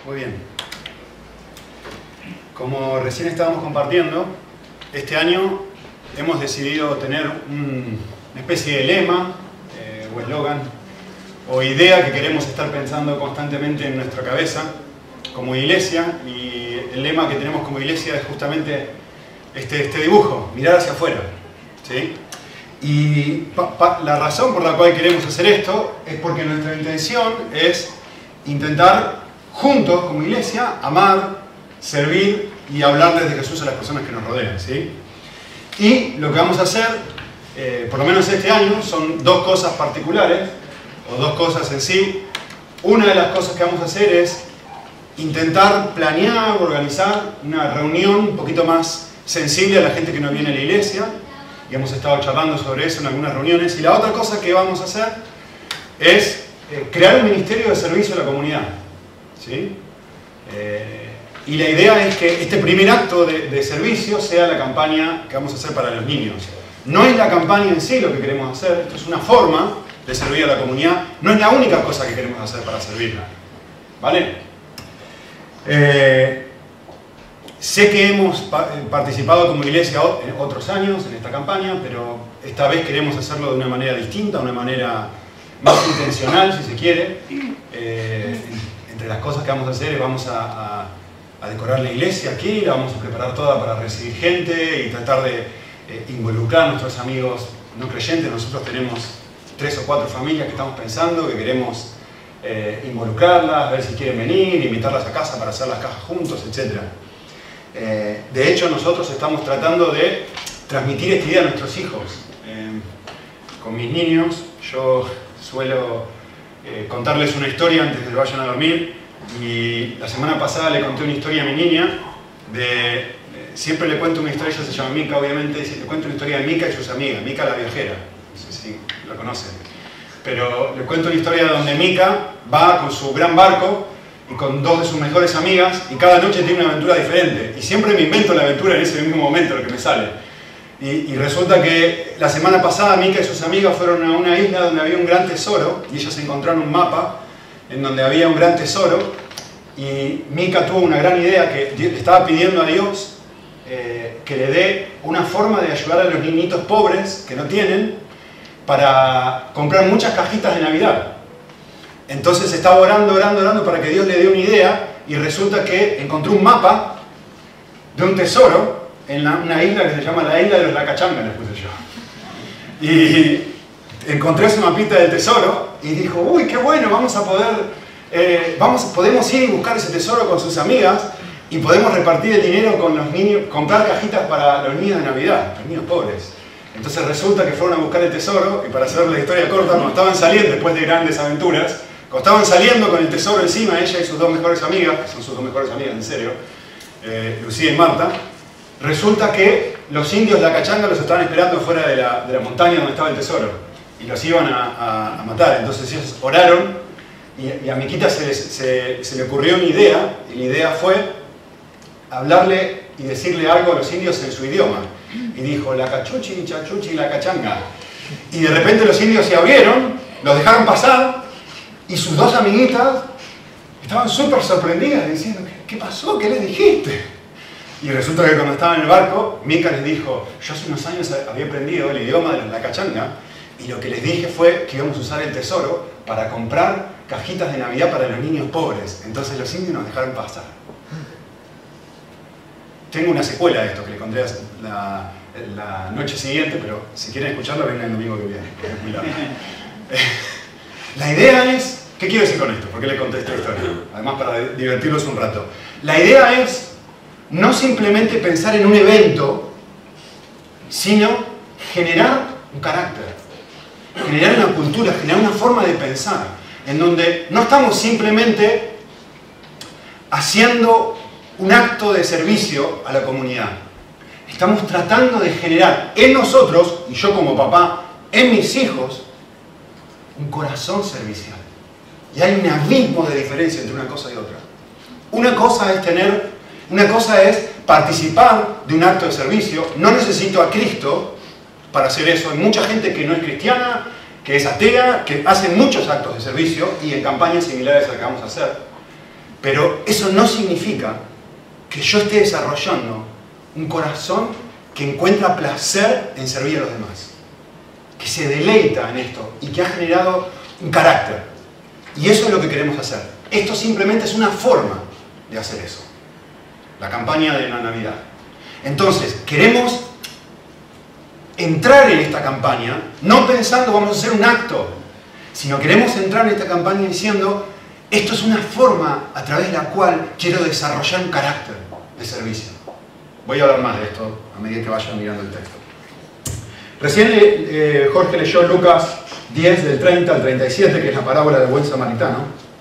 Muy bien. Como recién estábamos compartiendo, este año hemos decidido tener una especie de lema o eslogan o idea que queremos estar pensando constantemente en nuestra cabeza como iglesia, y el lema que tenemos como iglesia es justamente este dibujo, mirar hacia afuera, ¿sí? Y la razón por la cual queremos hacer esto es porque nuestra intención es intentar juntos como iglesia amar, servir y hablarles de Jesús a las personas que nos rodean, ¿sí? Y lo que vamos a hacer, por lo menos este año, son dos cosas particulares, o dos cosas en sí. Una de las cosas que vamos a hacer es intentar planear, organizar una reunión un poquito más sensible a la gente que no viene a la iglesia, y hemos estado charlando sobre eso en algunas reuniones. Y la otra cosa que vamos a hacer es crear un ministerio de servicio a la comunidad, ¿sí? Y la idea es que este primer acto de servicio sea la campaña que vamos a hacer para los niños. No es la campaña en sí lo que queremos hacer, esto es una forma de servir a la comunidad, no es la única cosa que queremos hacer para servirla, ¿vale? Sé que hemos participado como iglesia en otros años en esta campaña, pero esta vez queremos hacerlo de una manera distinta, una manera más intencional, si se quiere. Entre las cosas que vamos a hacer, vamos a decorar la iglesia aquí, la vamos a preparar toda para recibir gente y tratar de involucrar a nuestros amigos no creyentes. Nosotros tenemos 3 o 4 familias que estamos pensando, que queremos involucrarlas, ver si quieren venir, invitarlas a casa para hacer las cajas juntos, etc. De hecho, nosotros estamos tratando de transmitir esta idea a nuestros hijos. Con mis niños, yo suelo contarles una historia antes de que vayan a dormir, y la semana pasada le conté una historia a mi niña siempre le cuento una historia. Ella se llama Mica, obviamente, y le cuento una historia de Mica y sus amigas. Mica la viajera, no sé si la conocen, pero le cuento una historia donde Mica va con su gran barco y con 2 de sus mejores amigas, y cada noche tiene una aventura diferente, y siempre me invento la aventura en ese mismo momento, lo que me sale. Y resulta que la semana pasada Mica y sus amigas fueron a una isla donde había un gran tesoro, y ellas encontraron un mapa en donde había un gran tesoro, y Mica tuvo una gran idea, que le estaba pidiendo a Dios que le dé una forma de ayudar a los niñitos pobres que no tienen para comprar muchas cajitas de Navidad. Entonces estaba orando para que Dios le dé una idea, y resulta que encontró un mapa de un tesoro en una isla que se llama la isla de los Lacachanga, le puse yo. Y encontré ese mapita del tesoro y dijo, uy, qué bueno, vamos a poder, podemos ir y buscar ese tesoro con sus amigas, y podemos repartir el dinero con los niños, comprar cajitas para los niños de Navidad, los niños pobres. Entonces resulta que fueron a buscar el tesoro, y para hacer la historia corta, cuando estaban saliendo, después de grandes aventuras, cuando estaban saliendo con el tesoro encima, ella y sus 2 mejores amigas, que son sus 2 mejores amigas, en serio, Lucía y Marta, resulta que los indios Lacachanga los estaban esperando fuera de la montaña donde estaba el tesoro, y los iban a matar. Entonces ellos oraron, y a Miquita se le ocurrió una idea, y la idea fue hablarle y decirle algo a los indios en su idioma. Y dijo, Lacachuchi, Chachuchi, Lacachanga. Y de repente los indios se abrieron, los dejaron pasar, y sus 2 amiguitas estaban súper sorprendidas, diciendo, ¿qué pasó? ¿Qué les dijiste? Y resulta que cuando estaban en el barco, Mica les dijo, yo hace unos años había aprendido el idioma de los Lacachanga, y lo que les dije fue que íbamos a usar el tesoro para comprar cajitas de Navidad para los niños pobres. Entonces los indios nos dejaron pasar. Tengo una secuela de esto que le conté la noche siguiente, pero si quieren escucharla, vengan el domingo que viene, porque es muy larga. La idea es, ¿qué quiero decir con esto? ¿Por qué les conté esta historia? Además, para divertirlos un rato. La idea es no simplemente pensar en un evento, sino generar un carácter, generar una cultura, generar una forma de pensar, en donde no estamos simplemente haciendo un acto de servicio a la comunidad. Estamos tratando de generar en nosotros, y yo como papá, en mis hijos, un corazón servicial. Y hay un abismo de diferencia entre una cosa y otra. Una cosa es participar de un acto de servicio. No necesito a Cristo para hacer eso. Hay mucha gente que no es cristiana, que es atea, que hace muchos actos de servicio y en campañas similares a las que vamos a hacer. Pero eso no significa que yo esté desarrollando un corazón que encuentra placer en servir a los demás, que se deleita en esto y que ha generado un carácter. Y eso es lo que queremos hacer. Esto simplemente es una forma de hacer eso. La campaña de la Navidad. Entonces, queremos entrar en esta campaña, no pensando vamos a hacer un acto, sino queremos entrar en esta campaña diciendo, esto es una forma a través de la cual quiero desarrollar un carácter de servicio. Voy a hablar más de esto a medida que vayan mirando el texto. Recién Jorge leyó Lucas 10, del 30 al 37, que es la parábola del buen samaritano.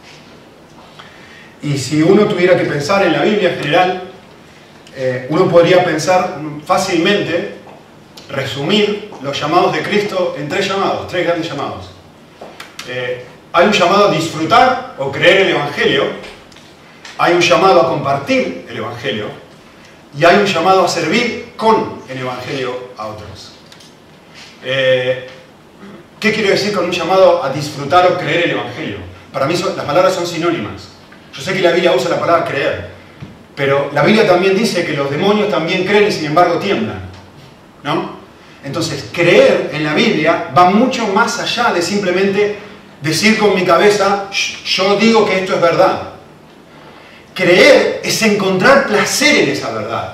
Y si uno tuviera que pensar en la Biblia en general, uno podría pensar fácilmente, resumir los llamados de Cristo en tres grandes llamados. Hay un llamado a disfrutar o creer el Evangelio, hay un llamado a compartir el Evangelio y hay un llamado a servir con el Evangelio a otros. ¿Qué quiero decir con un llamado a disfrutar o creer el Evangelio? Para mí las palabras son sinónimas. Yo sé que la Biblia usa la palabra creer, pero la Biblia también dice que los demonios también creen y sin embargo tiemblan, ¿no? Entonces, creer en la Biblia va mucho más allá de simplemente decir con mi cabeza, yo digo que esto es verdad. Creer es encontrar placer en esa verdad.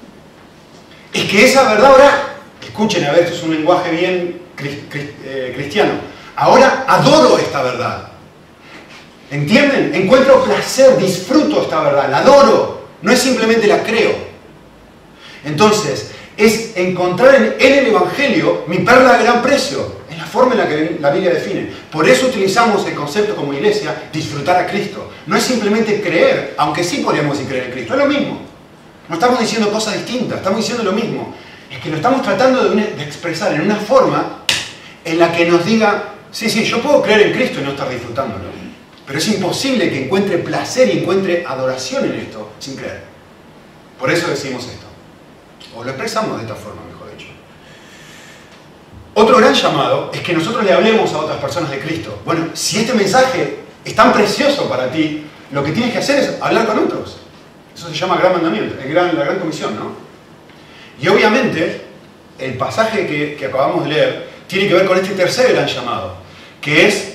Es que esa verdad ahora, escuchen, a ver, esto es un lenguaje bien cristiano, ahora adoro esta verdad. ¿Entienden? Encuentro placer, disfruto esta verdad, la adoro, no es simplemente la creo. Entonces, es encontrar en el Evangelio mi perla de gran precio, es la forma en la que la Biblia define. Por eso utilizamos el concepto como iglesia, disfrutar a Cristo. No es simplemente creer, aunque sí podríamos decir creer en Cristo, es lo mismo. No estamos diciendo cosas distintas, estamos diciendo lo mismo. Es que lo estamos tratando de expresar en una forma en la que nos diga, sí, yo puedo creer en Cristo y no estar disfrutándolo. Pero es imposible que encuentre placer y encuentre adoración en esto sin creer. Por eso decimos esto. O lo expresamos de esta forma, mejor dicho. Otro gran llamado es que nosotros le hablemos a otras personas de Cristo. Bueno, si este mensaje es tan precioso para ti, lo que tienes que hacer es hablar con otros. Eso se llama gran mandamiento, la gran comisión, ¿no? Y obviamente, el pasaje que acabamos de leer tiene que ver con este tercer gran llamado, que es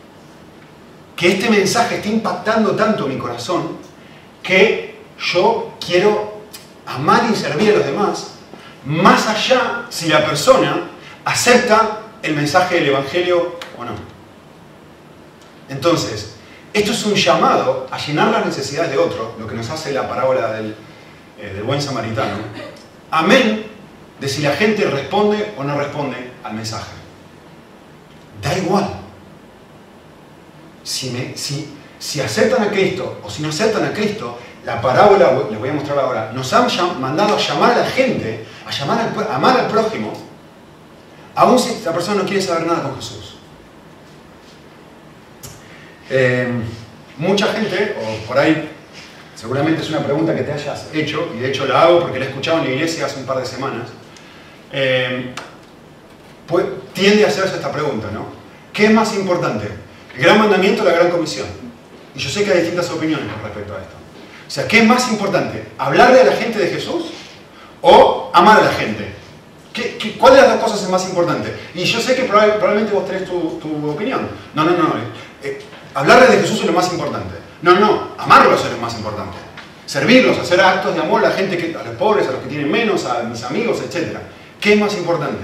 que este mensaje está impactando tanto mi corazón que yo quiero amar y servir a los demás, más allá si la persona acepta el mensaje del Evangelio o no. Entonces, esto es un llamado a llenar las necesidades de otro, lo que nos hace la parábola del buen samaritano. Amén de si la gente responde o no responde al mensaje. Da igual. Si aceptan a Cristo o si no aceptan a Cristo, la parábola, les voy a mostrar ahora, nos han mandado a llamar a la gente, a amar al prójimo, aun si la persona no quiere saber nada con Jesús. Mucha gente, o por ahí, seguramente es una pregunta que te hayas hecho, y de hecho la hago porque la he escuchado en la iglesia hace un par de semanas, tiende a hacerse esta pregunta, ¿no? ¿Qué es más importante? ¿El gran mandamiento o la gran comisión? Y yo sé que hay distintas opiniones con respecto a esto. O sea, ¿qué es más importante? ¿Hablarle a la gente de Jesús o amar a la gente? ¿Cuál de las dos cosas es más importante? Y yo sé que probablemente vos tenés tu opinión. No. Hablarle de Jesús es lo más importante. No, amarlos es lo más importante. Servirlos, hacer actos de amor a la gente, a los pobres, a los que tienen menos, a mis amigos, etc. ¿Qué es más importante?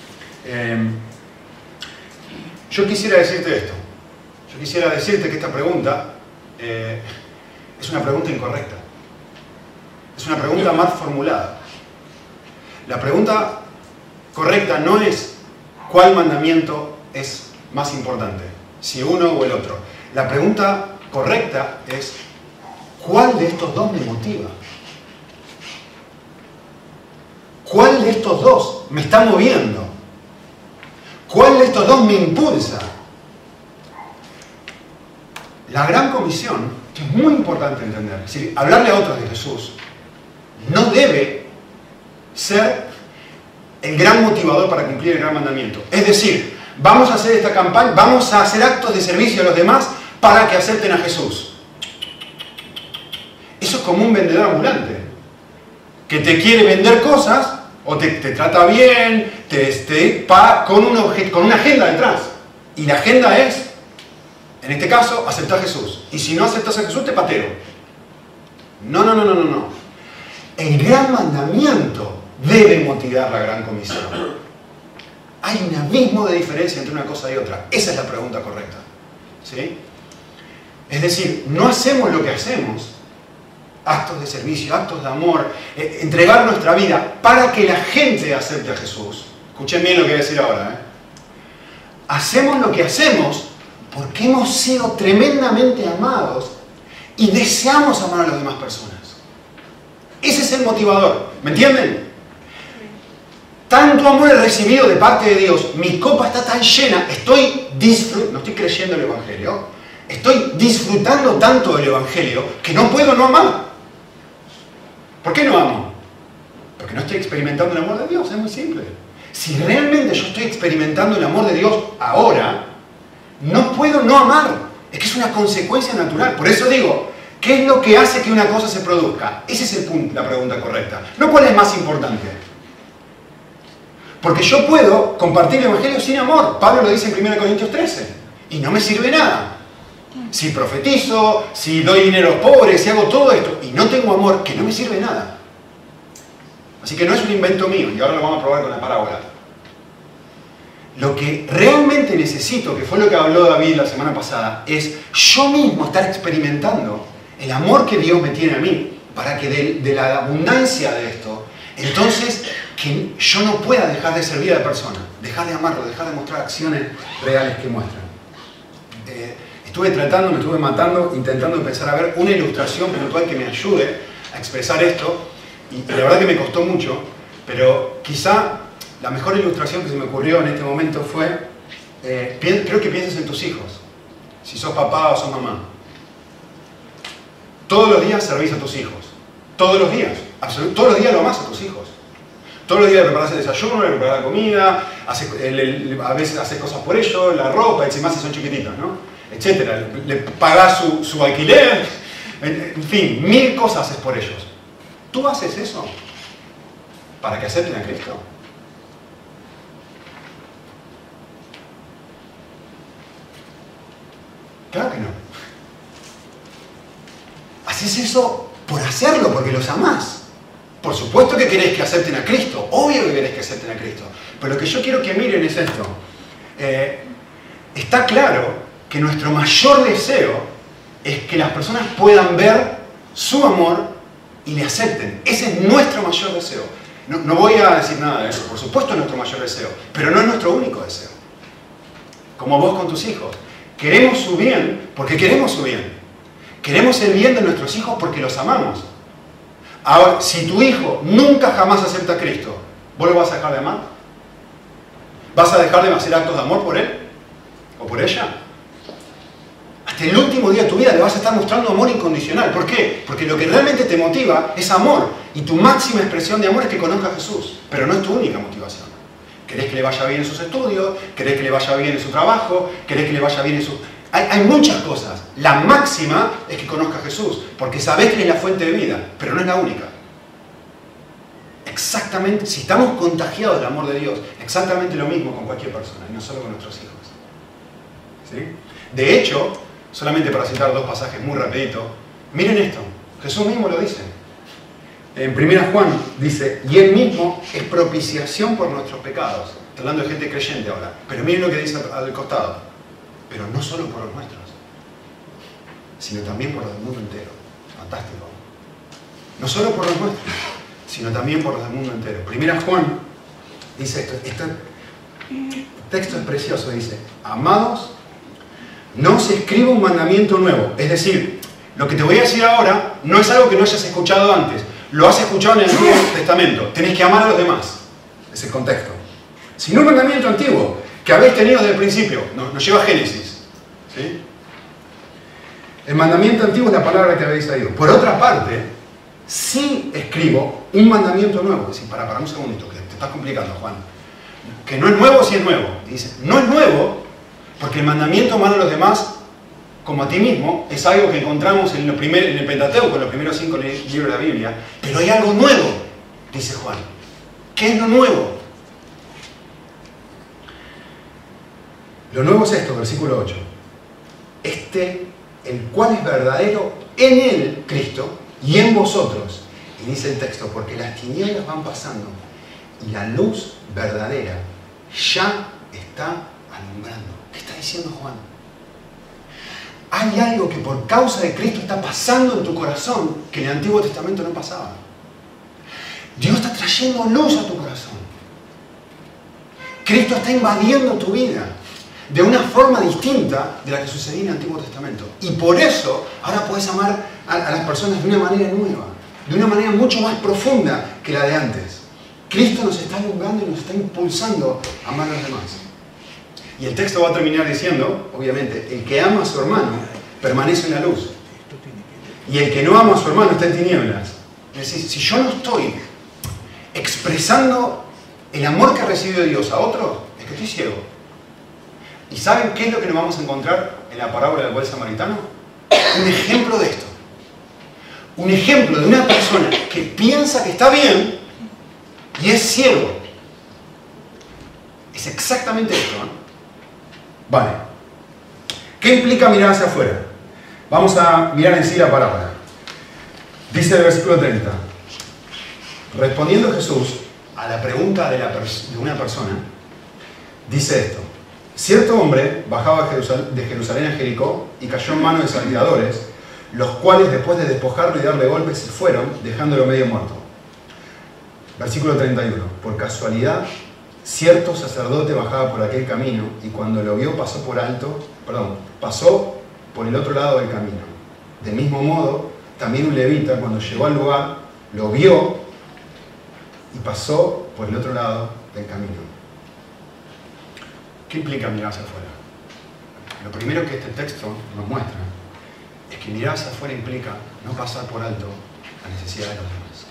Yo quisiera decirte esto. Yo quisiera decirte que esta pregunta es una pregunta incorrecta. Es una pregunta mal formulada. La pregunta correcta no es cuál mandamiento es más importante, si uno o el otro. La pregunta correcta es ¿cuál de estos dos me motiva? ¿Cuál de estos dos me está moviendo? ¿Cuál de estos dos me impulsa? La gran comisión, que es muy importante entender, es decir, hablarle a otros de Jesús, no debe ser el gran motivador para cumplir el gran mandamiento. Es decir, vamos a hacer esta campaña, vamos a hacer actos de servicio a los demás para que acepten a Jesús. Eso es como un vendedor ambulante, que te quiere vender cosas, o te trata bien, con una agenda detrás. Y la agenda es, en este caso, aceptar a Jesús. Y si no aceptas a Jesús, te pateo. No. El gran mandamiento debe motivar la gran comisión. Hay un abismo de diferencia entre una cosa y otra. Esa es la pregunta correcta. ¿Sí? Es decir, no hacemos lo que hacemos, actos de servicio, actos de amor, entregar nuestra vida para que la gente acepte a Jesús. Escuchen bien lo que voy a decir ahora. Hacemos lo que hacemos porque hemos sido tremendamente amados y deseamos amar a las demás personas. Ese es el motivador. ¿Me entienden? Tanto amor he recibido de parte de Dios, mi copa está tan llena, no estoy creyendo el Evangelio, estoy disfrutando tanto del Evangelio que no puedo no amar. ¿Por qué no amo? Porque no estoy experimentando el amor de Dios, es muy simple. Si realmente yo estoy experimentando el amor de Dios ahora, no puedo no amar. Es que es una consecuencia natural. Por eso digo, ¿qué es lo que hace que una cosa se produzca? Ese es el punto, la pregunta correcta. No cuál es más importante. Porque yo puedo compartir el Evangelio sin amor. Pablo lo dice en 1 Corintios 13. Y no me sirve nada. Si profetizo, si doy dinero a los pobres, si hago todo esto y no tengo amor, que no me sirve nada. Así que no es un invento mío. Y ahora lo vamos a probar con la parábola. Lo que realmente necesito, que fue lo que habló David la semana pasada, es yo mismo estar experimentando el amor que Dios me tiene a mí, para que de la abundancia de esto, entonces que yo no pueda dejar de servir a la persona, dejar de amarlo, dejar de mostrar acciones reales que muestran. Me estuve matando, intentando empezar a ver una ilustración puntual que me ayude a expresar esto, y la verdad que me costó mucho, pero quizá la mejor ilustración que se me ocurrió en este momento fue, creo que pienses en tus hijos, si sos papá o sos mamá. Todos los días servís a tus hijos, todos los días lo amás a tus hijos. Todos los días le preparás el desayuno, le preparás la comida, a veces haces cosas por ellos, la ropa, y más si son chiquititos, ¿no? Etcétera. Le pagás su alquiler, en fin, 1000 cosas haces por ellos. ¿Tú haces eso para que acepten a Cristo? Claro que no. Haces eso por hacerlo, porque los amás. Por supuesto que querés que acepten a Cristo, obvio que querés que acepten a Cristo. Pero lo que yo quiero que miren es esto. Está claro que nuestro mayor deseo es que las personas puedan ver su amor y le acepten. Ese es nuestro mayor deseo. No voy a decir nada de eso, por supuesto es nuestro mayor deseo, pero no es nuestro único deseo. Como vos con tus hijos. Queremos su bien porque queremos su bien. Queremos el bien de nuestros hijos porque los amamos. Ahora, si tu hijo nunca jamás acepta a Cristo, ¿vos lo vas a dejar de amar? ¿Vas a dejar de hacer actos de amor por él? ¿O por ella? Hasta el último día de tu vida le vas a estar mostrando amor incondicional. ¿Por qué? Porque lo que realmente te motiva es amor. Y tu máxima expresión de amor es que conozca a Jesús. Pero no es tu única motivación. ¿Querés que le vaya bien en sus estudios? ¿Querés que le vaya bien en su trabajo? ¿Querés que le vaya bien en su...? Hay muchas cosas. La máxima es que conozca a Jesús, porque sabés que es la fuente de vida, pero no es la única. Exactamente, si estamos contagiados del amor de Dios, exactamente lo mismo con cualquier persona, y no solo con nuestros hijos. ¿Sí? De hecho, solamente para citar 2 pasajes muy rapidito, miren esto, Jesús mismo lo dice. En 1 Juan dice, y Él mismo es propiciación por nuestros pecados. Está hablando de gente creyente ahora, pero miren lo que dice al costado. Pero no solo por los nuestros, sino también por los del mundo entero. Fantástico. No solo por los nuestros, sino también por los del mundo entero. 1 Juan dice esto. Este texto es precioso, dice, amados, no os escribo un mandamiento nuevo. Es decir, lo que te voy a decir ahora no es algo que no hayas escuchado antes. Lo has escuchado en el Nuevo Testamento. Tenés que amar a los demás. Es el contexto. Sino un mandamiento antiguo que habéis tenido desde el principio. Nos lleva a Génesis. ¿Sí? El mandamiento antiguo es la palabra que habéis oído. Por otra parte, sí escribo un mandamiento nuevo. Es decir, para un segundito, que te estás complicando, Juan. Que no es nuevo, sí es nuevo. Dice, no es nuevo, porque el mandamiento amar a los demás como a ti mismo, es algo que encontramos en el Pentateuco, en los primeros 5 libros de la Biblia. Pero hay algo nuevo, dice Juan. ¿Qué es lo nuevo? Lo nuevo es esto, versículo 8. El cual es verdadero en él, Cristo, y en vosotros. Y dice el texto, porque las tinieblas van pasando y la luz verdadera ya está alumbrando. ¿Qué está diciendo Juan? Hay algo que por causa de Cristo está pasando en tu corazón que en el Antiguo Testamento no pasaba. Dios está trayendo luz a tu corazón. Cristo está invadiendo tu vida de una forma distinta de la que sucedía en el Antiguo Testamento. Y por eso ahora puedes amar a las personas de una manera nueva, de una manera mucho más profunda que la de antes. Cristo nos está alumbrando y nos está impulsando a amar a los demás. Y el texto va a terminar diciendo, obviamente, el que ama a su hermano permanece en la luz. Y el que no ama a su hermano está en tinieblas. Es decir, si yo no estoy expresando el amor que ha recibido Dios a otro, es que estoy ciego. ¿Y saben qué es lo que nos vamos a encontrar en la parábola del buen samaritano? Un ejemplo de esto. Un ejemplo de una persona que piensa que está bien y es ciego. Es exactamente esto, ¿no? Vale. ¿Qué implica mirar hacia afuera? Vamos a mirar en sí la parábola. Dice el versículo 30. Respondiendo Jesús a la pregunta de una persona, dice esto. Cierto hombre bajaba de Jerusalén a Jericó y cayó en manos de salteadores, los cuales después de despojarlo y darle golpes se fueron, dejándolo medio muerto. Versículo 31. Por casualidad, cierto sacerdote bajaba por aquel camino y cuando lo vio pasó por el otro lado del camino. Del mismo modo, también un levita cuando llegó al lugar lo vio y pasó por el otro lado del camino. ¿Qué implica mirar hacia afuera? Lo primero que este texto nos muestra es que mirar hacia afuera implica no pasar por alto la necesidad de los demás.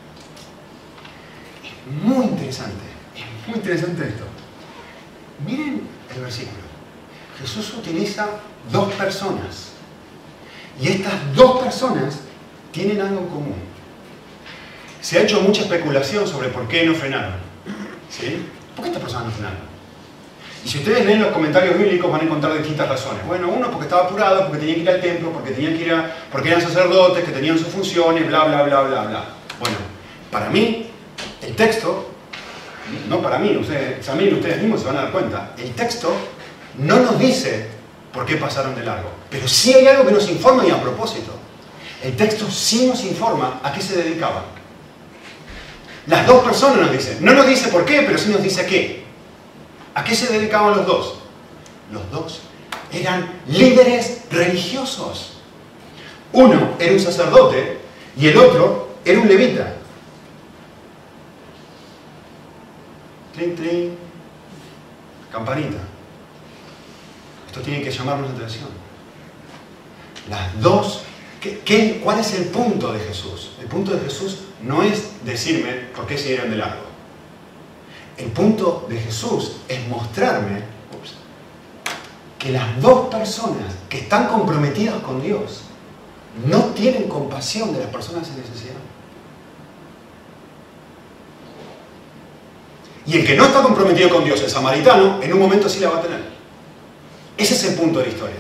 Es muy interesante esto. Miren el versículo. Jesús utiliza dos personas y estas dos personas tienen algo en común. Se ha hecho mucha especulación sobre por qué no frenaron. ¿Sí? ¿Por qué estas personas no frenaron? Y si ustedes leen los comentarios bíblicos van a encontrar distintas razones. Bueno, uno porque estaba apurado, porque tenía que ir al templo, porque eran sacerdotes, que tenían sus funciones, bla, bla, bla, bla, bla. Bueno, para mí, el texto, no para mí, ustedes mismos se van a dar cuenta, el texto no nos dice por qué pasaron de largo, pero sí hay algo que nos informa y a propósito. El texto sí nos informa a qué se dedicaban. Las dos personas nos dicen, no nos dice por qué, pero sí nos dice a qué. ¿A qué se dedicaban los dos? Los dos eran líderes religiosos. Uno era un sacerdote y el otro era un levita. Trin, trin. Campanita. Esto tiene que llamarnos la atención. Las dos. ¿Cuál es el punto de Jesús? El punto de Jesús no es decirme por qué se dieron de largo. El punto de Jesús es mostrarme que las dos personas que están comprometidas con Dios no tienen compasión de las personas en necesidad. Y el que no está comprometido con Dios, el samaritano, en un momento sí la va a tener. Ese es el punto de la historia.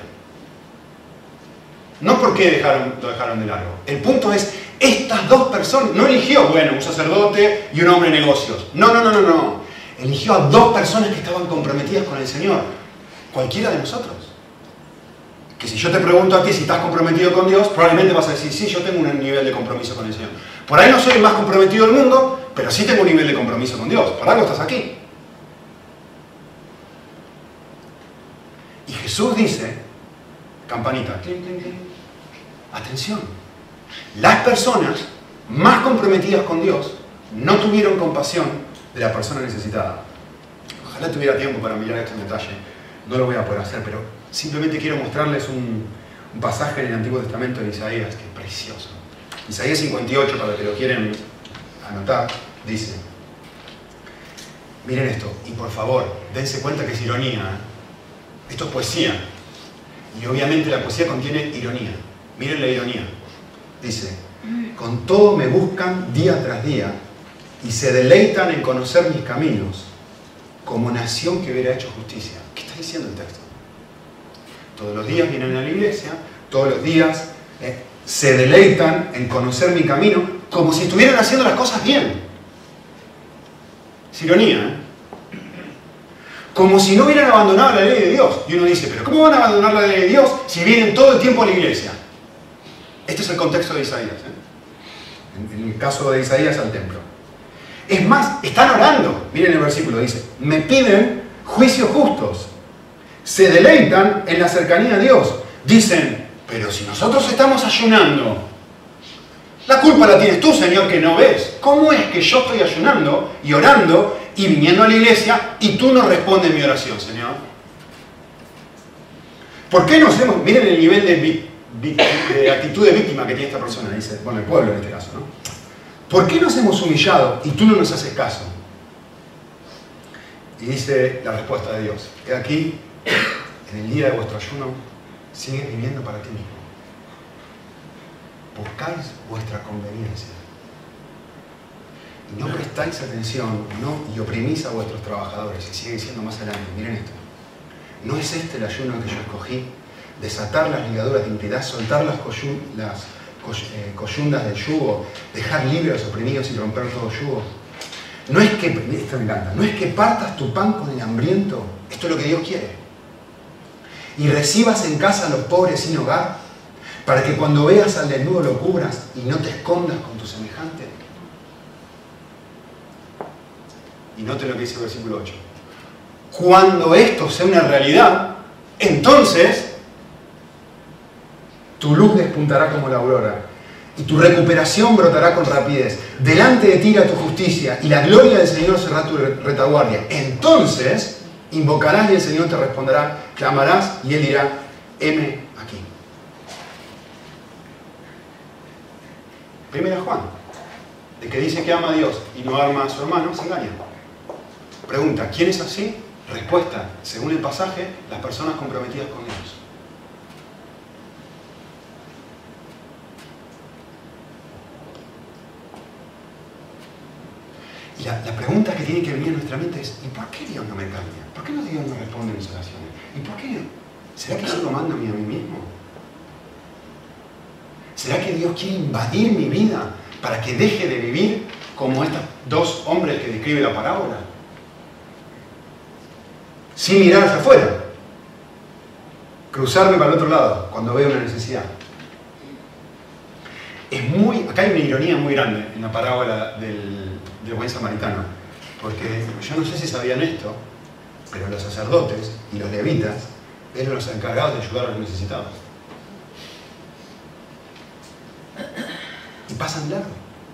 No por qué lo dejaron de largo. El punto es, estas dos personas, no eligió, un sacerdote y un hombre de negocios. No. Eligió a dos personas que estaban comprometidas con el Señor. Cualquiera de nosotros. Que si yo te pregunto a ti si estás comprometido con Dios, probablemente vas a decir, sí, yo tengo un nivel de compromiso con el Señor. Por ahí no soy el más comprometido del mundo, pero sí tengo un nivel de compromiso con Dios. Por algo estás aquí. Y Jesús dice, campanita, clink, clink, clink. Atención. Las personas más comprometidas con Dios no tuvieron compasión de la persona necesitada. Ojalá tuviera tiempo para mirar esto en detalle. No lo voy a poder hacer, pero simplemente quiero mostrarles un pasaje en el Antiguo Testamento de Isaías que es precioso. Isaías 58, para los que lo quieren anotar, dice, miren esto, y por favor, dense cuenta que es ironía, ¿eh? Esto es poesía. Y obviamente la poesía contiene ironía. Miren la ironía. Dice, con todo me buscan día tras día y se deleitan en conocer mis caminos como nación que hubiera hecho justicia. ¿Qué está diciendo el texto? Todos los días vienen a la iglesia, todos los días se deleitan en conocer mi camino como si estuvieran haciendo las cosas bien. Es ironía, ¿eh? Como si no hubieran abandonado la ley de Dios. Y uno dice, pero ¿cómo van a abandonar la ley de Dios si vienen todo el tiempo a la iglesia? Este es el contexto de Isaías, ¿eh? En el caso de Isaías al templo. Es más, están orando. Miren el versículo, dice, me piden juicios justos. Se deleitan en la cercanía a Dios. Dicen, pero si nosotros estamos ayunando, la culpa la tienes tú, Señor, que no ves. ¿Cómo es que yo estoy ayunando y orando y viniendo a la iglesia y tú no respondes mi oración, Señor? ¿Por qué nos hemos... Miren el nivel de actitud de víctima que tiene esta persona, dice, bueno, el pueblo en este caso, ¿no? ¿Por qué nos hemos humillado y tú no nos haces caso? Y dice la respuesta de Dios, he aquí, en el día de vuestro ayuno, sigues viviendo para ti mismo. Buscáis vuestra conveniencia. Y no prestáis atención, y oprimís a vuestros trabajadores. Y sigue diciendo más adelante, miren esto. ¿No es este el ayuno que yo escogí? Desatar las ligaduras de impiedad, soltar las coyundas del yugo, dejar libres a los oprimidos y romper todo yugo. No es que, esto me encanta, no es que partas tu pan con el hambriento. Esto es lo que Dios quiere. Y recibas en casa a los pobres sin hogar, para que cuando veas al desnudo lo cubras y no te escondas con tu semejante. Y note lo que dice el versículo 8. Cuando esto sea una realidad, entonces tu luz despuntará como la aurora y tu recuperación brotará con rapidez. Delante de ti irá tu justicia y la gloria del Señor será tu retaguardia. Entonces invocarás y el Señor te responderá, clamarás y Él dirá, heme aquí. Primera Juan, de que dice que ama a Dios y no ama a su hermano, se engaña. Pregunta, ¿quién es así? Respuesta, según el pasaje, las personas comprometidas con Dios. Y la pregunta que tiene que venir a nuestra mente es, ¿y por qué Dios no me cambia? ¿Por qué Dios no responde a mis oraciones? ¿Y por qué? ¿Será que sigo amándome a mí mismo? ¿Será que Dios quiere invadir mi vida para que deje de vivir como estos dos hombres que describe la parábola? Sin mirar hacia afuera. Cruzarme para el otro lado cuando veo una necesidad. Acá hay una ironía muy grande en la parábola del buen samaritano. Porque yo no sé si sabían esto, pero los sacerdotes y los levitas eran los encargados de ayudar a los necesitados. Y pasan largo.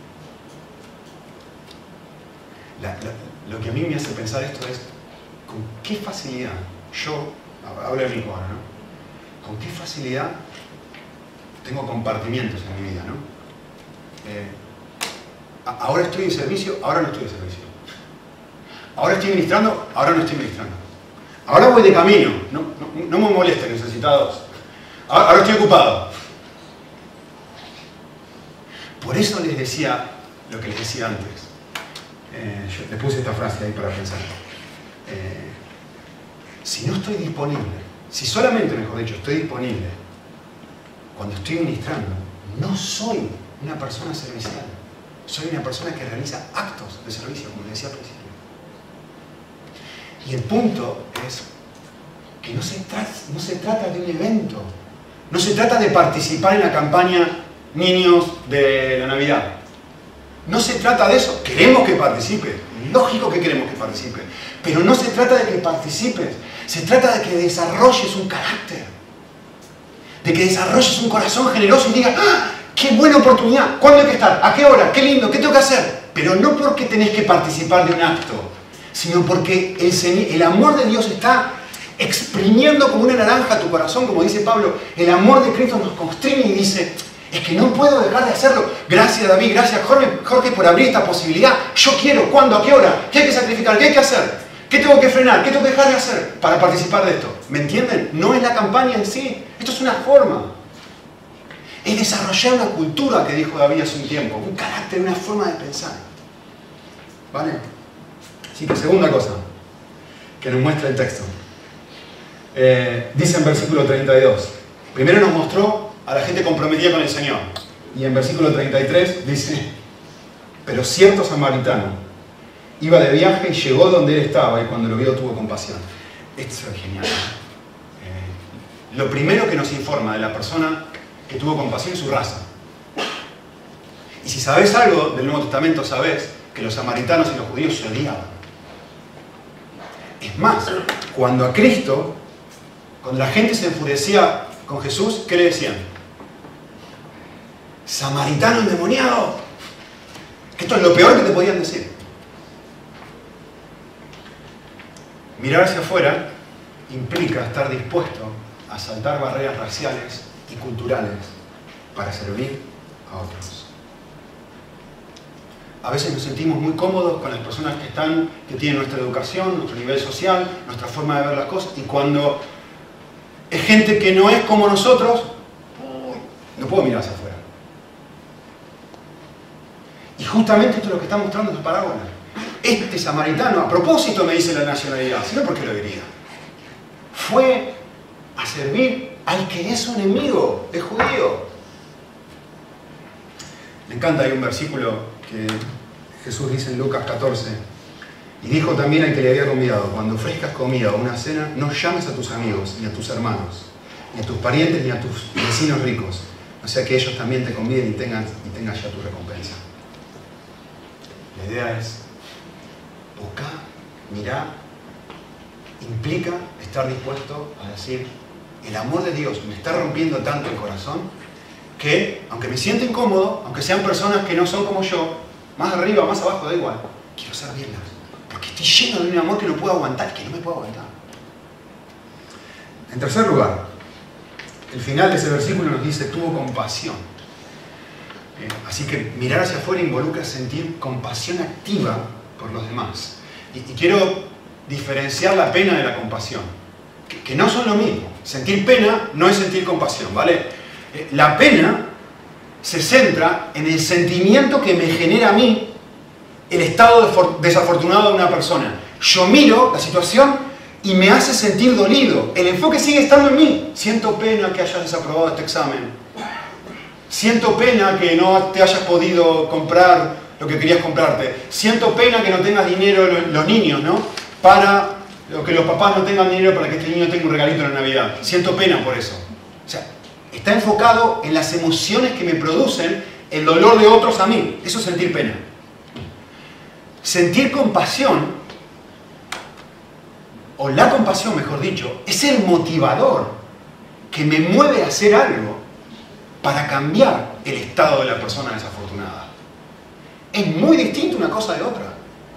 Lo que a mí me hace pensar esto es con qué facilidad yo, hablo de mí ahora, ¿no? Con qué facilidad tengo compartimientos en mi vida, ¿no? Ahora estoy en servicio, ahora no estoy en servicio. Ahora estoy ministrando, ahora no estoy ministrando. Ahora voy de camino, no me molesten necesitados. Ahora estoy ocupado. Por eso les decía lo que les decía antes. Yo les puse esta frase ahí para pensar. Si no estoy disponible, si solamente, mejor dicho, estoy disponible cuando estoy ministrando, no soy una persona servicial. Soy una persona que realiza actos de servicio, como les decía al principio. Y el punto es que no se trata de un evento. No se trata de participar en la campaña Niños de la Navidad. No se trata de eso. Queremos que participes. Lógico que queremos que participes. Pero no se trata de que participes. Se trata de que desarrolles un carácter. De que desarrolles un corazón generoso y digas, ¡ah! ¡Qué buena oportunidad! ¿Cuándo hay que estar? ¿A qué hora? ¡Qué lindo! ¿Qué tengo que hacer? Pero no porque tenés que participar de un acto, sino porque el amor de Dios está exprimiendo como una naranja tu corazón, como dice Pablo. El amor de Cristo nos constriñe y dice, es que no puedo dejar de hacerlo. Gracias David, gracias Jorge por abrir esta posibilidad. Yo quiero, ¿cuándo? ¿A qué hora? ¿Qué hay que sacrificar? ¿Qué hay que hacer? ¿Qué tengo que frenar? ¿Qué tengo que dejar de hacer para participar de esto? ¿Me entienden? No es la campaña en sí. Esto es una forma. Es desarrollar una cultura, que dijo David hace un tiempo. Un carácter, una forma de pensar. ¿Vale? Así que segunda cosa que nos muestra el texto. Dice en versículo 32. Primero nos mostró a la gente comprometida con el Señor. Y en versículo 33 dice: pero cierto samaritano iba de viaje y llegó donde él estaba, y cuando lo vio tuvo compasión. Esto es genial. Lo primero que nos informa de la persona que tuvo compasión es su raza. Y si sabes algo del Nuevo Testamento, sabes que los samaritanos y los judíos se odiaban. Es más, cuando a Cristo, cuando la gente se enfurecía con Jesús, ¿qué le decían? Samaritano endemoniado. Que esto es lo peor que te podían decir. Mirar hacia afuera implica estar dispuesto a saltar barreras raciales y culturales para servir a otros. A veces nos sentimos muy cómodos con las personas que tienen nuestra educación, nuestro nivel social, nuestra forma de ver las cosas, y cuando es gente que no es como nosotros, no puedo mirar hacia afuera. Y justamente esto es lo que está mostrando esta parábola. Este samaritano, a propósito me dice la nacionalidad, sino porque lo diría, fue a servir al que es su enemigo, el judío. Me encanta, hay un versículo que Jesús dice en Lucas 14, y dijo también al que le había convidado: cuando ofrezcas comida o una cena, no llames a tus amigos, ni a tus hermanos, ni a tus parientes, ni a tus vecinos ricos, o sea que ellos también te conviden y tengan ya tu recompensa. La idea es buscar, mirar, implica estar dispuesto a decir: el amor de Dios me está rompiendo tanto el corazón que, aunque me sienta incómodo, aunque sean personas que no son como yo, más arriba, más abajo, da igual, quiero servirlas, porque estoy lleno de un amor que no puedo aguantar, que no me puedo aguantar. En tercer lugar, el final de ese versículo nos dice: tuvo compasión. Así que mirar hacia afuera involucra sentir compasión activa por los demás. Y quiero diferenciar la pena de la compasión, que no son lo mismo. Sentir pena no es sentir compasión, ¿vale? La pena se centra en el sentimiento que me genera a mí el estado desafortunado de una persona. Yo miro la situación y me hace sentir dolido. El enfoque sigue estando en mí. Siento pena que hayas desaprobado este examen. Siento pena que no te hayas podido comprar lo que querías comprarte. Siento pena que no tengas dinero los niños, ¿no? Para que los papás no tengan dinero para que este niño tenga un regalito en la Navidad. Siento pena por eso. O sea, está enfocado en las emociones que me producen el dolor de otros a mí. Eso es sentir pena. Sentir compasión, o la compasión mejor dicho, es el motivador que me mueve a hacer algo para cambiar el estado de la persona desafortunada. Es muy distinto una cosa de otra.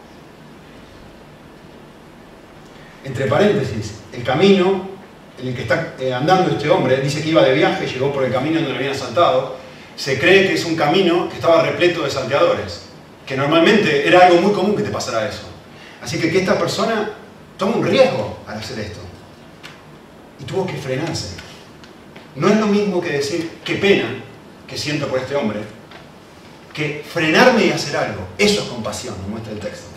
Entre paréntesis, el camino en el que está andando este hombre, dice que iba de viaje, llegó por el camino donde lo habían asaltado. Se cree que es un camino que estaba repleto de salteadores, que normalmente era algo muy común que te pasara eso. Así que esta persona toma un riesgo al hacer esto y tuvo que frenarse. No es lo mismo que decir qué pena que siento por este hombre, que frenarme y hacer algo. Eso es compasión, nos muestra el texto.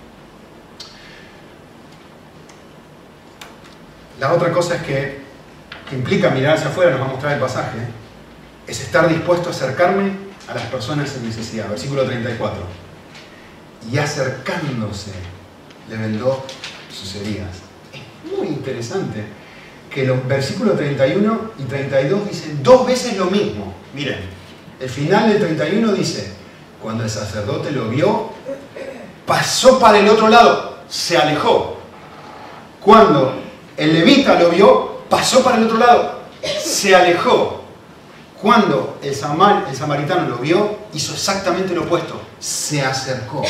La otra cosa es que implica mirar hacia afuera, nos va a mostrar el pasaje, es estar dispuesto a acercarme a las personas en necesidad. Versículo 34. Y acercándose, le vendó sus heridas. Es muy interesante que los versículos 31 y 32 dicen dos veces lo mismo. Miren, el final del 31 dice: cuando el sacerdote lo vio, pasó para el otro lado, se alejó. Cuando el levita lo vio, pasó para el otro lado, se alejó. Cuando el samaritano lo vio, hizo exactamente lo opuesto, se acercó.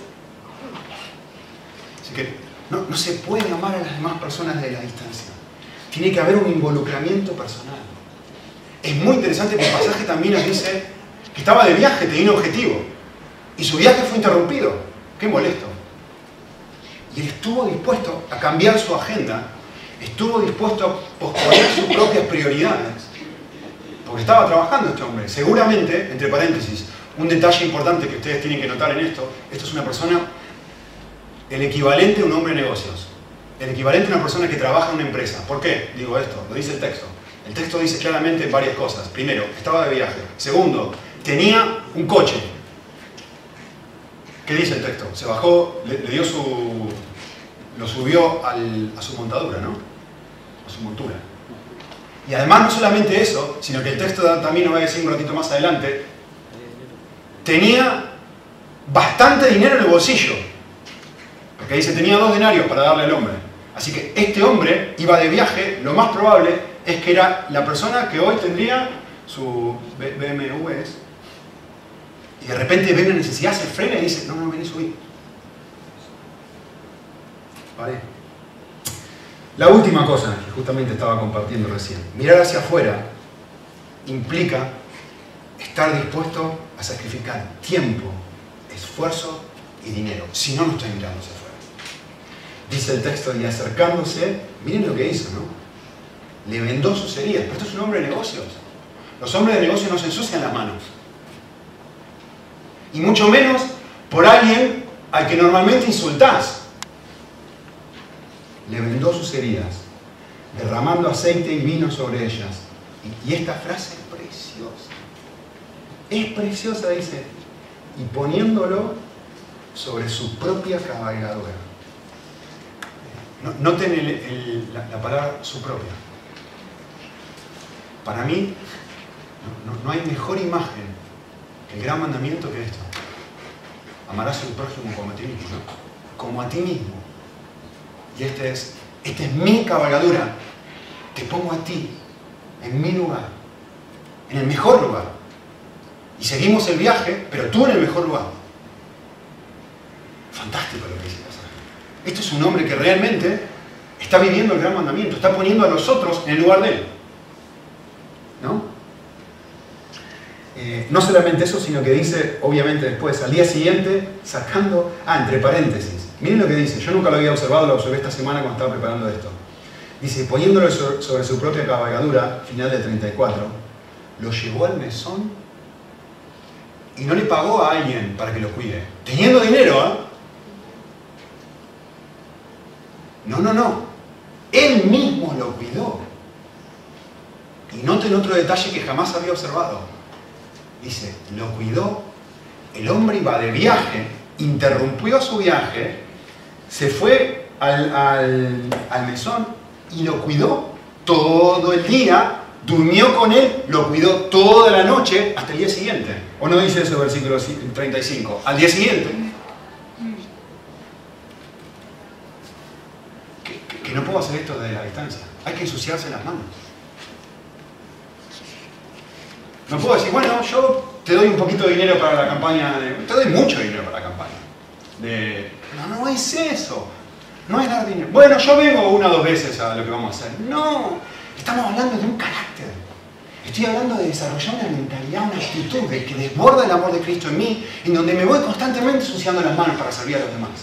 Así que no se puede amar a las demás personas desde la distancia. Tiene que haber un involucramiento personal. Es muy interesante que el pasaje también nos dice que estaba de viaje, tenía un objetivo, y su viaje fue interrumpido. Qué molesto. Y él estuvo dispuesto a cambiar su agenda, estuvo dispuesto a posponer sus propias prioridades, porque estaba trabajando este hombre. Seguramente, entre paréntesis, un detalle importante que ustedes tienen que notar en esto es una persona, el equivalente a un hombre de negocios, el equivalente a una persona que trabaja en una empresa. ¿Por qué digo esto? Lo dice el texto. El texto dice claramente varias cosas. Primero, estaba de viaje. Segundo, tenía un coche. ¿Qué dice el texto? Se bajó, le dio lo subió a su montadura, ¿no? A su montura. Y además no solamente eso, sino que el texto también nos va a decir un ratito más adelante, tenía bastante dinero en el bolsillo. Porque dice, tenía 2 denarios para darle al hombre. Así que este hombre iba de viaje, lo más probable es que era la persona que hoy tendría su BMW, y de repente ve una necesidad, se frena y dice, no, vení, subí. Vale. La última cosa que justamente estaba compartiendo recién, mirar hacia afuera implica estar dispuesto a sacrificar tiempo, esfuerzo y dinero. Si no, no estoy mirando hacia afuera. Dice el texto, y acercándose, miren lo que hizo, ¿no? Le vendó sus heridas. Pero esto es un hombre de negocios. Los hombres de negocios no se ensucian las manos. Y mucho menos por alguien al que normalmente insultás. Le vendó sus heridas, derramando aceite y vino sobre ellas. Y esta frase es preciosa. Es preciosa, dice. Y poniéndolo sobre su propia cabalgadura. Noten la palabra su propia. Para mí, no hay mejor imagen que el gran mandamiento que esto. Amarás a tu prójimo como a ti mismo, ¿no? Como a ti mismo. Y esta es mi cabalgadura. Te pongo a ti en mi lugar, en el mejor lugar. Y seguimos el viaje, pero tú en el mejor lugar. Fantástico lo que dice el pasaje. Esto es un hombre que realmente está viviendo el gran mandamiento, está poniendo a los otros en el lugar de él. ¿No? No solamente eso, sino que dice, obviamente después, al día siguiente, sacando, entre paréntesis, miren lo que dice, yo nunca lo había observado, lo observé esta semana cuando estaba preparando esto. Dice, poniéndolo sobre su propia cabalgadura, final del 34, lo llevó al mesón y no le pagó a alguien para que lo cuide. Teniendo dinero, ¿eh? No. Él mismo lo cuidó. Y noten otro detalle que jamás había observado. Dice, lo cuidó, el hombre iba de viaje, interrumpió su viaje, se fue al mesón y lo cuidó todo el día, durmió con él, lo cuidó toda la noche hasta el día siguiente. ¿O no dice eso el versículo 35? Al día siguiente. Que no puedo hacer esto desde la distancia. Hay que ensuciarse las manos. No puedo decir, bueno, yo te doy un poquito de dinero para la campaña, te doy mucho dinero para la campaña. No es eso. No es dar dinero. Bueno, yo vengo 1 o 2 veces a lo que vamos a hacer. No, estamos hablando de un carácter. Estoy hablando de desarrollar una mentalidad, una actitud de que desborda el amor de Cristo en mí, en donde me voy constantemente ensuciando las manos para servir a los demás.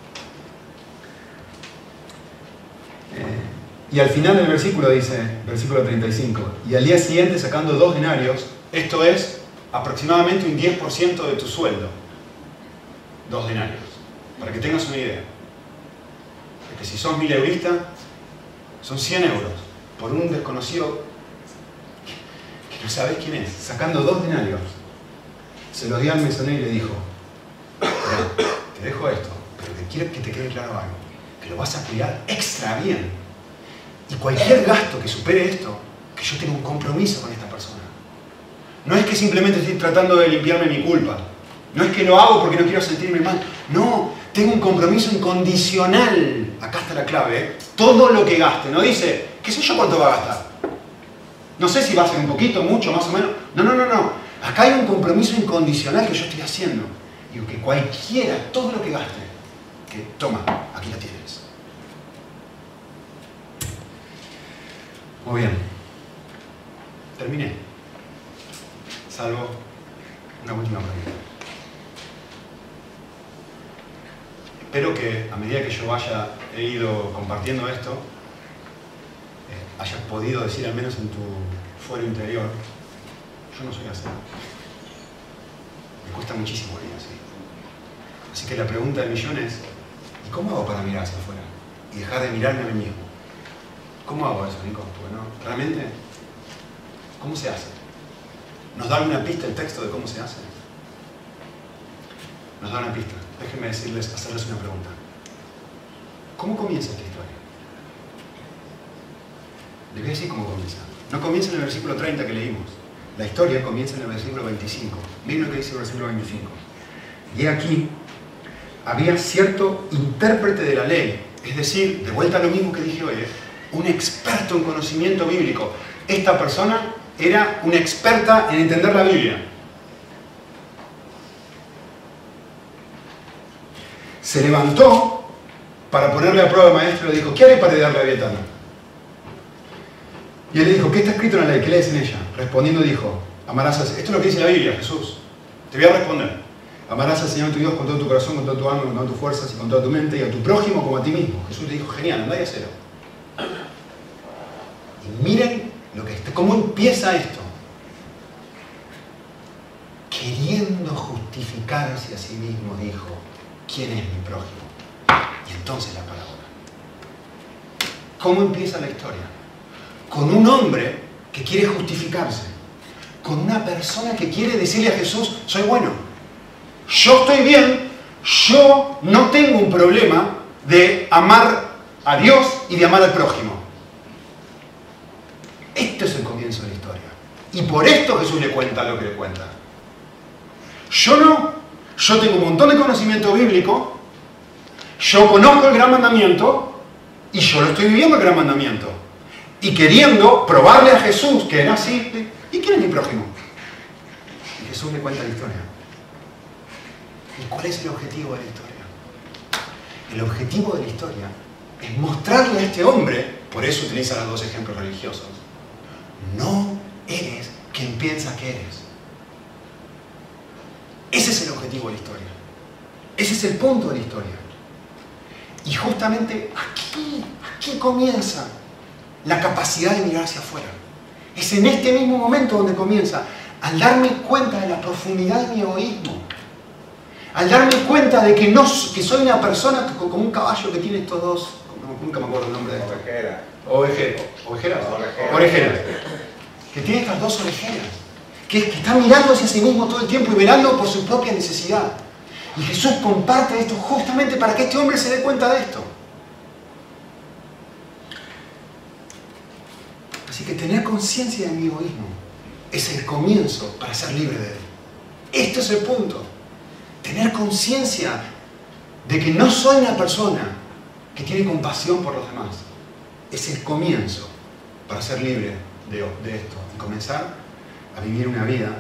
Y al final del versículo dice, versículo 35, y al día siguiente sacando 2 denarios, esto es aproximadamente un 10% de tu sueldo. 2 denarios. Para que tengas una idea. Porque si sos 1000 euristas, son 100 euros por un desconocido que no sabés quién es. Sacando 2 denarios, se los dio al mesonero y le dijo, te dejo esto, pero quiero que te quede claro algo, que lo vas a cuidar extra bien. Y cualquier gasto que supere esto, que yo tengo un compromiso con esta persona. No es que simplemente estoy tratando de limpiarme mi culpa. No es que lo hago porque no quiero sentirme mal. No, tengo un compromiso incondicional. Acá está la clave, ¿eh? Todo lo que gaste. No dice, qué sé yo cuánto va a gastar. No sé si va a ser un poquito, mucho, más o menos. No. Acá hay un compromiso incondicional que yo estoy haciendo. Digo, que cualquiera, todo lo que gaste, que toma, aquí la tienes. Muy bien. Terminé. Salvo una última pregunta. espero que a medida que yo he ido compartiendo esto, hayas podido decir al menos en tu fuero interior, yo no soy así. Me cuesta muchísimo vivir así. Así que la pregunta del millón es, ¿y cómo hago para mirar hacia afuera? Y dejar de mirarme a mí mismo. ¿Cómo hago eso, Nico? Bueno, realmente, ¿cómo se hace? ¿Nos da una pista el texto de cómo se hace? Nos da una pista. Déjenme hacerles una pregunta. ¿Cómo comienza esta historia? Les voy a decir cómo comienza. No comienza en el versículo 30 que leímos. La historia comienza en el versículo 25. Miren lo que dice el versículo 25. Y aquí había cierto intérprete de la ley, es decir, de vuelta a lo mismo que dije hoy, un experto en conocimiento bíblico. Esta persona era una experta en entender la Biblia. Se levantó para ponerle a prueba al maestro y le dijo, ¿qué haré para heredar la vida eterna? Y él le dijo, ¿qué está escrito en la ley? ¿Qué lees en ella? Respondiendo dijo, amarás a... Esto es lo que dice la Biblia, Jesús. Te voy a responder. Amarás al Señor tu Dios con todo tu corazón, con toda tu alma, con todas tus fuerzas y con toda tu mente, y a tu prójimo como a ti mismo. Jesús le dijo, genial, andá y hacelo. Y miren cómo empieza esto. Queriendo justificarse a sí mismo, dijo, ¿quién es mi prójimo? Y entonces la parábola. ¿Cómo empieza la historia? Con un hombre que quiere justificarse. Con una persona que quiere decirle a Jesús, soy bueno. Yo estoy bien. Yo no tengo un problema de amar a Dios y de amar al prójimo. Este es el comienzo de la historia. Y por esto Jesús le cuenta lo que le cuenta. Yo no. Yo tengo un montón de conocimiento bíblico. Yo conozco el gran mandamiento. Y yo lo estoy viviendo el gran mandamiento. Y queriendo probarle a Jesús que era así. ¿Y quién es mi prójimo? Y Jesús le cuenta la historia. ¿Y cuál es el objetivo de la historia? El objetivo de la historia es mostrarle a este hombre, por eso utiliza los dos ejemplos religiosos, no eres quien piensas que eres. Ese es el objetivo de la historia. Ese es el punto de la historia. Y justamente aquí comienza la capacidad de mirar hacia afuera. Es en este mismo momento donde comienza, al darme cuenta de la profundidad de mi egoísmo, al darme cuenta de que soy una persona como un caballo que tiene estos dos, nunca me acuerdo el nombre de esto. Orejeras. Que tiene estas dos orejeras, que está mirando hacia sí mismo todo el tiempo y velando por su propia necesidad. Y Jesús comparte esto justamente para que este hombre se dé cuenta de esto. Así que tener conciencia de mi egoísmo es el comienzo para ser libre de él. Este es el punto. Tener conciencia de que no soy una persona que tiene compasión por los demás. Es el comienzo para ser libre de esto y comenzar a vivir una vida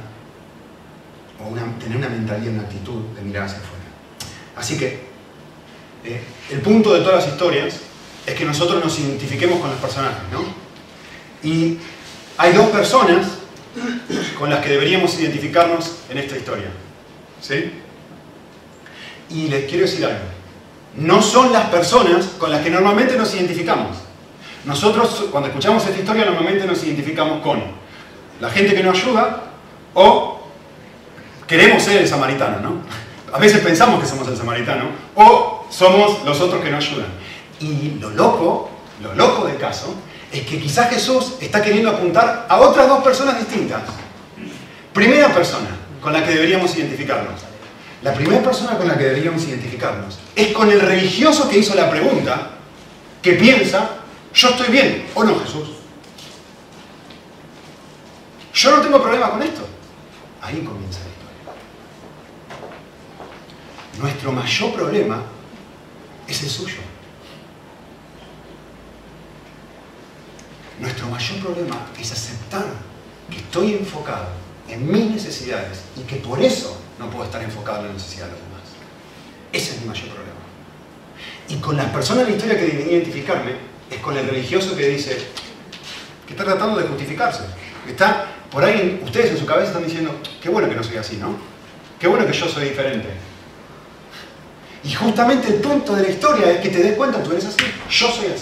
o tener una mentalidad, una actitud de mirar hacia afuera. Así que el punto de todas las historias es que nosotros nos identifiquemos con los personajes, ¿no? Y hay dos personas con las que deberíamos identificarnos en esta historia, ¿sí? Y les quiero decir algo. No son las personas con las que normalmente nos identificamos. Nosotros, cuando escuchamos esta historia, normalmente nos identificamos con la gente que nos ayuda o queremos ser el samaritano, ¿no? A veces pensamos que somos el samaritano o somos los otros que nos ayudan. Y lo loco del caso es que quizás Jesús está queriendo apuntar a otras dos personas distintas. Primera persona con la que deberíamos identificarnos. La primera persona con la que deberíamos identificarnos es con el religioso que hizo la pregunta, que piensa, yo estoy bien, ¿o no, Jesús? Yo no tengo problema con esto. Ahí comienza la historia. Nuestro mayor problema es el suyo. Nuestro mayor problema es aceptar que estoy enfocado en mis necesidades y que por eso no puedo estar enfocado en la necesidad de los demás. Ese es mi mayor problema. Y con las personas de la historia que debería identificarme es con el religioso que dice que está tratando de justificarse. Está por ahí, ustedes en su cabeza están diciendo, qué bueno que no soy así, ¿no? Qué bueno que yo soy diferente. Y justamente el punto de la historia es que te des cuenta, tú eres así, yo soy así.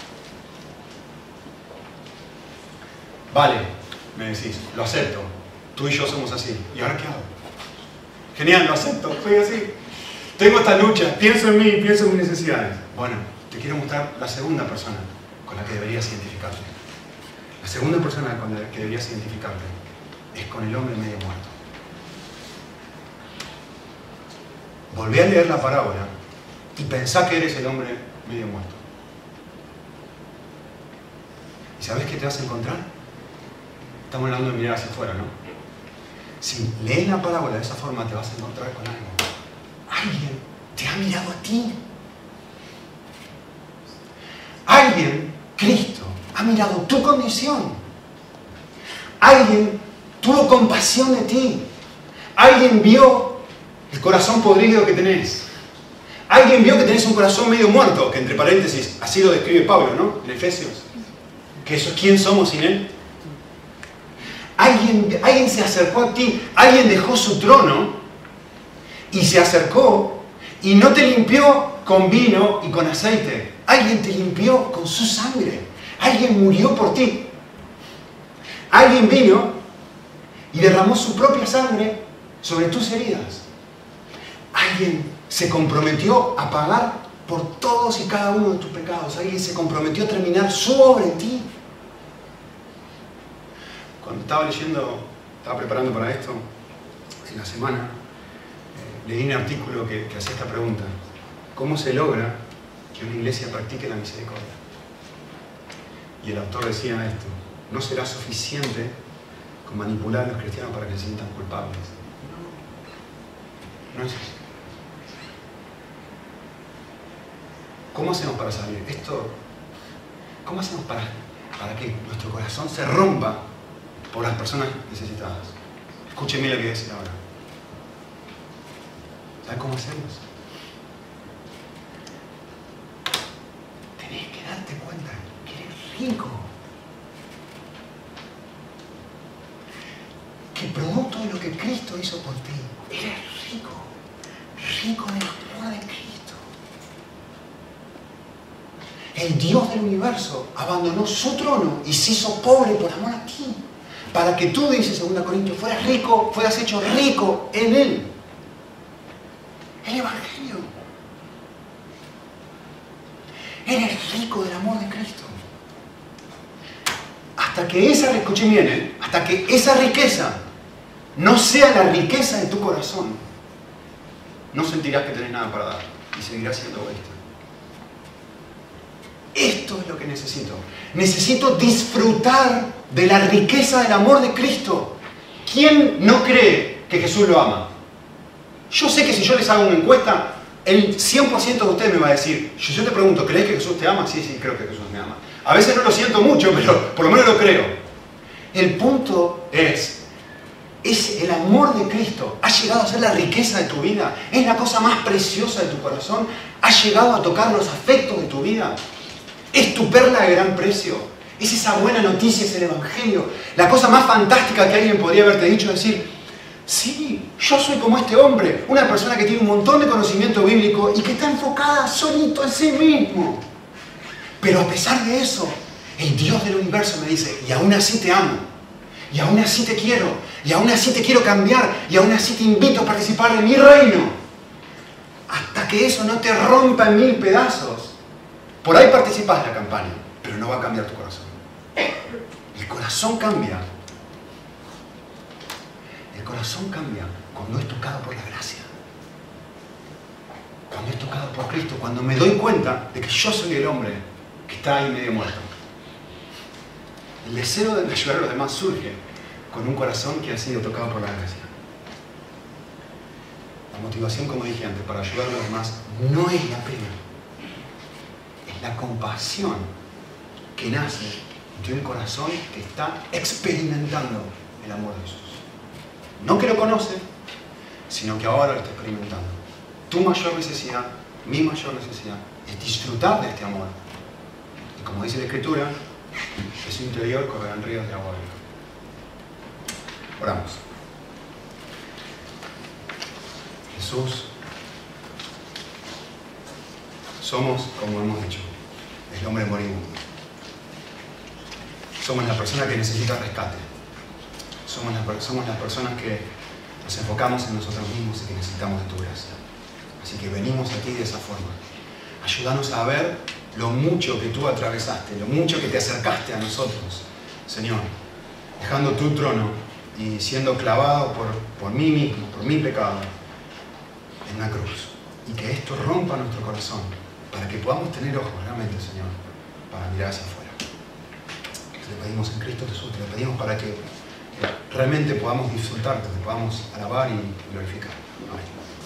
Vale, me decís, lo acepto, tú y yo somos así. ¿Y ahora qué hago? Genial, lo acepto, soy así. Tengo esta lucha, pienso en mí, pienso en mis necesidades. Bueno, te quiero mostrar la segunda persona con la que deberías identificarte. La segunda persona con la que deberías identificarte es con el hombre medio muerto. Volví a leer la parábola y pensá que eres el hombre medio muerto. ¿Y sabes qué te vas a encontrar? Estamos hablando de mirar hacia afuera, ¿no? Si lees la parábola de esa forma, te vas a encontrar con algo. Alguien te ha mirado a ti. Alguien, Cristo, ha mirado tu condición. Alguien tuvo compasión de ti. Alguien vio el corazón podrido que tenés. Alguien vio que tenés un corazón medio muerto, que entre paréntesis, así lo describe Pablo, ¿no? En Efesios. Que eso es quién somos sin Él. Alguien se acercó a ti, alguien dejó su trono y se acercó y no te limpió con vino y con aceite. Alguien te limpió con su sangre. Alguien murió por ti. Alguien vino y derramó su propia sangre sobre tus heridas. Alguien se comprometió a pagar por todos y cada uno de tus pecados. Alguien se comprometió a terminar su obra en ti. Cuando estaba preparando para esto, en la semana, leí un artículo que hacía esta pregunta. ¿Cómo se logra que una iglesia practique la misericordia? Y el autor decía esto: no será suficiente con manipular a los cristianos para que se sientan culpables. No es eso. ¿Cómo hacemos para salir? ¿Cómo hacemos para que nuestro corazón se rompa por las personas necesitadas? Escúcheme lo que voy a decir ahora. ¿Sabes cómo hacemos? Tenés que darte cuenta que eres rico. Que producto de lo que Cristo hizo por ti, eres rico. Rico en el amor de Cristo. El Dios del universo abandonó su trono y se hizo pobre por amor a ti. Para que tú, dice 2 Corintios, fueras rico, fueras hecho rico en Él. El Evangelio. Eres rico del amor de Cristo. Hasta que esa riqueza no sea la riqueza de tu corazón, no sentirás que tenés nada para dar y seguirás siendo egoísta. Esto es lo que necesito. Necesito disfrutar de la riqueza del amor de Cristo. ¿Quién no cree que Jesús lo ama? Yo sé que si yo les hago una encuesta, el 100% de ustedes me va a decir, yo te pregunto, ¿crees que Jesús te ama? Sí, creo que Jesús me ama. A veces no lo siento mucho, pero por lo menos lo creo. El punto es el amor de Cristo ha llegado a ser la riqueza de tu vida. Es la cosa más preciosa de tu corazón. Ha llegado a tocar los afectos de tu vida. Es tu perla de gran precio. Es esa buena noticia, es el Evangelio. La cosa más fantástica que alguien podría haberte dicho es decir, sí, yo soy como este hombre, una persona que tiene un montón de conocimiento bíblico y que está enfocada solito en sí mismo. Pero a pesar de eso, el Dios del universo me dice, y aún así te amo, y aún así te quiero, y aún así te quiero cambiar, y aún así te invito a participar de mi reino. Hasta que eso no te rompa en 1000 pedazos. Por ahí participás de la campaña, pero no va a cambiar tu corazón. El corazón cambia. El corazón cambia cuando es tocado por la gracia. Cuando es tocado por Cristo, cuando me doy cuenta de que yo soy el hombre que está ahí medio muerto. El deseo de ayudar a los demás surge con un corazón que ha sido tocado por la gracia. La motivación, como dije antes, para ayudar a los demás no es la pena. Es la compasión que nace de un corazón que está experimentando el amor de Jesús. No que lo conoce, sino que ahora lo está experimentando. Tu mayor necesidad, mi mayor necesidad, es disfrutar de este amor. Y como dice la Escritura, de su interior correrán ríos de agua viva. Oramos. Somos, como hemos dicho, el hombre moribundo. Somos la persona que necesita rescate. Somos las personas que nos enfocamos en nosotros mismos y que necesitamos de tu gracia. Así que venimos a ti de esa forma. Ayúdanos a ver lo mucho que tú atravesaste, lo mucho que te acercaste a nosotros, Señor, dejando tu trono y siendo clavado por mí mismo, por mi pecado, en una cruz. Y que esto rompa nuestro corazón, para que podamos tener ojos realmente, Señor, para mirar hacia afuera. Te pedimos en Cristo Jesús, te lo pedimos para que realmente podamos disfrutarte, te podamos alabar y glorificar. Amén.